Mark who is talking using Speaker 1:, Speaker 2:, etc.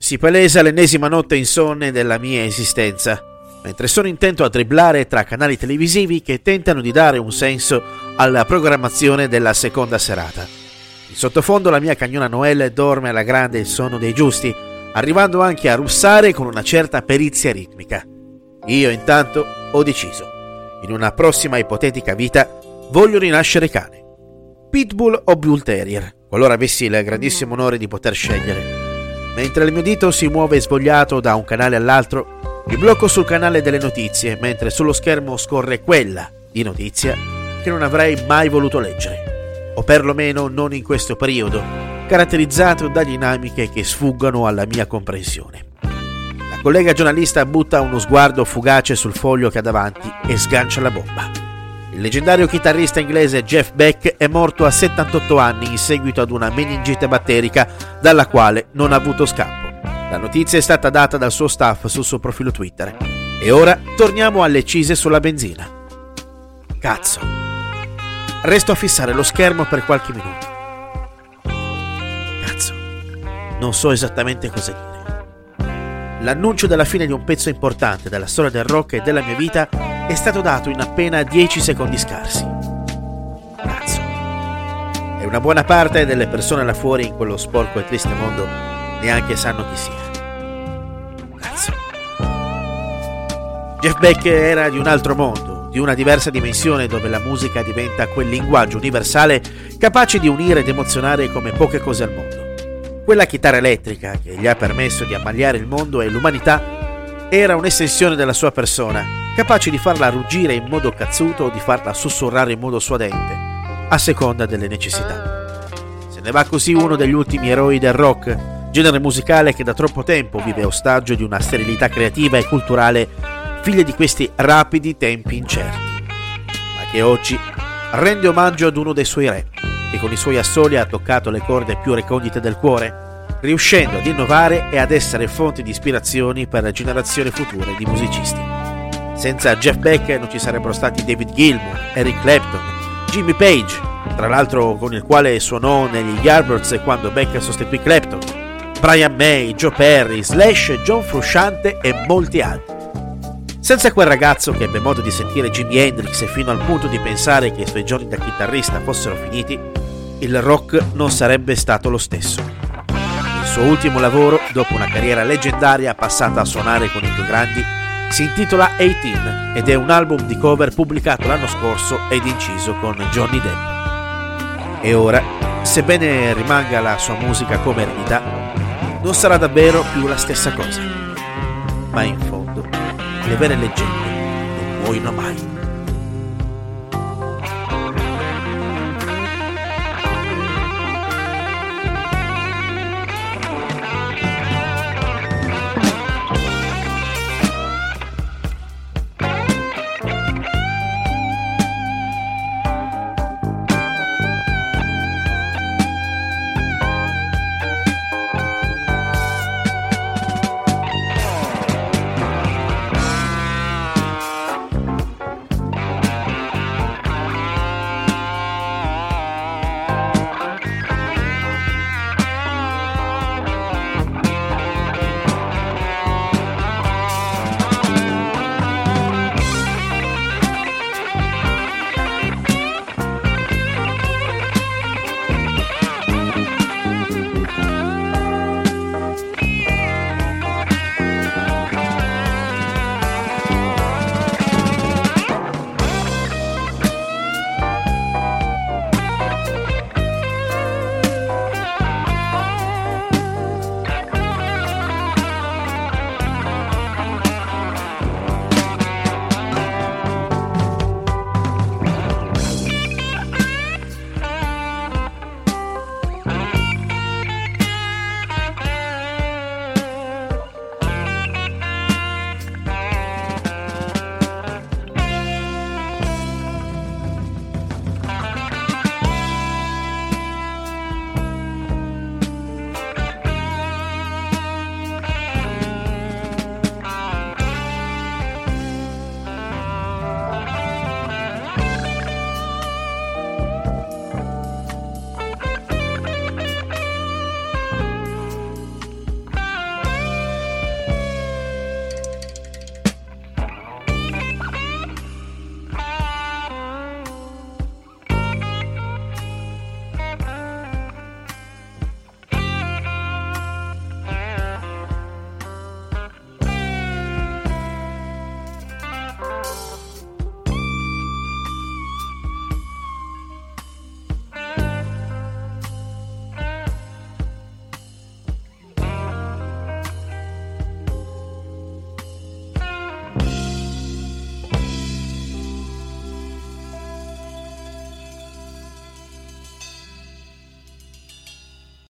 Speaker 1: Si palesa l'ennesima notte insonne della mia esistenza, mentre sono intento a dribblare tra canali televisivi che tentano di dare un senso alla programmazione della seconda serata. In sottofondo la mia cagnona Noelle dorme alla grande il sonno dei giusti, arrivando anche a russare con una certa perizia ritmica. Io intanto ho deciso. In una prossima ipotetica vita voglio rinascere cane. Pitbull o Bull Terrier, qualora avessi il grandissimo onore di poter scegliere. Mentre il mio dito si muove svogliato da un canale all'altro, mi blocco sul canale delle notizie, mentre sullo schermo scorre quella di notizia che non avrei mai voluto leggere, o perlomeno non in questo periodo, caratterizzato da dinamiche che sfuggono alla mia comprensione. La collega giornalista butta uno sguardo fugace sul foglio che ha davanti e sgancia la bomba. Il leggendario chitarrista inglese Jeff Beck è morto a 78 anni in seguito ad una meningite batterica dalla quale non ha avuto scampo. La notizia è stata data dal suo staff sul suo profilo Twitter. E ora torniamo alle accise sulla benzina. Cazzo. Resto a fissare lo schermo per qualche minuto. Cazzo. Non so esattamente cosa dire. L'annuncio della fine di un pezzo importante della storia del rock e della mia vita è stato dato in appena 10 secondi scarsi. Cazzo. E una buona parte delle persone là fuori in quello sporco e triste mondo neanche sanno chi sia. Cazzo. Jeff Beck era di un altro mondo, di una diversa dimensione dove la musica diventa quel linguaggio universale capace di unire ed emozionare come poche cose al mondo. Quella chitarra elettrica che gli ha permesso di ammagliare il mondo e l'umanità era un'estensione della sua persona, capace di farla ruggire in modo cazzuto o di farla sussurrare in modo suadente, a seconda delle necessità. Se ne va così uno degli ultimi eroi del rock, genere musicale che da troppo tempo vive ostaggio di una sterilità creativa e culturale figlia di questi rapidi tempi incerti, ma che oggi rende omaggio ad uno dei suoi re, che con i suoi assoli ha toccato le corde più recondite del cuore, riuscendo ad innovare e ad essere fonte di ispirazioni per generazioni future di musicisti. Senza Jeff Beck non ci sarebbero stati David Gilmour, Eric Clapton, Jimmy Page, tra l'altro con il quale suonò negli Yardbirds quando Beck sostituì Clapton, Brian May, Joe Perry, Slash, John Frusciante e molti altri. Senza quel ragazzo che ebbe modo di sentire Jimi Hendrix fino al punto di pensare che i suoi giorni da chitarrista fossero finiti, il rock non sarebbe stato lo stesso. Il suo ultimo lavoro, dopo una carriera leggendaria passata a suonare con i più grandi, si intitola 18 ed è un album di cover pubblicato l'anno scorso ed inciso con Johnny Depp. E ora, sebbene rimanga la sua musica come eredità, non sarà davvero più la stessa cosa. Ma in fondo, le vere leggende non muoiono mai.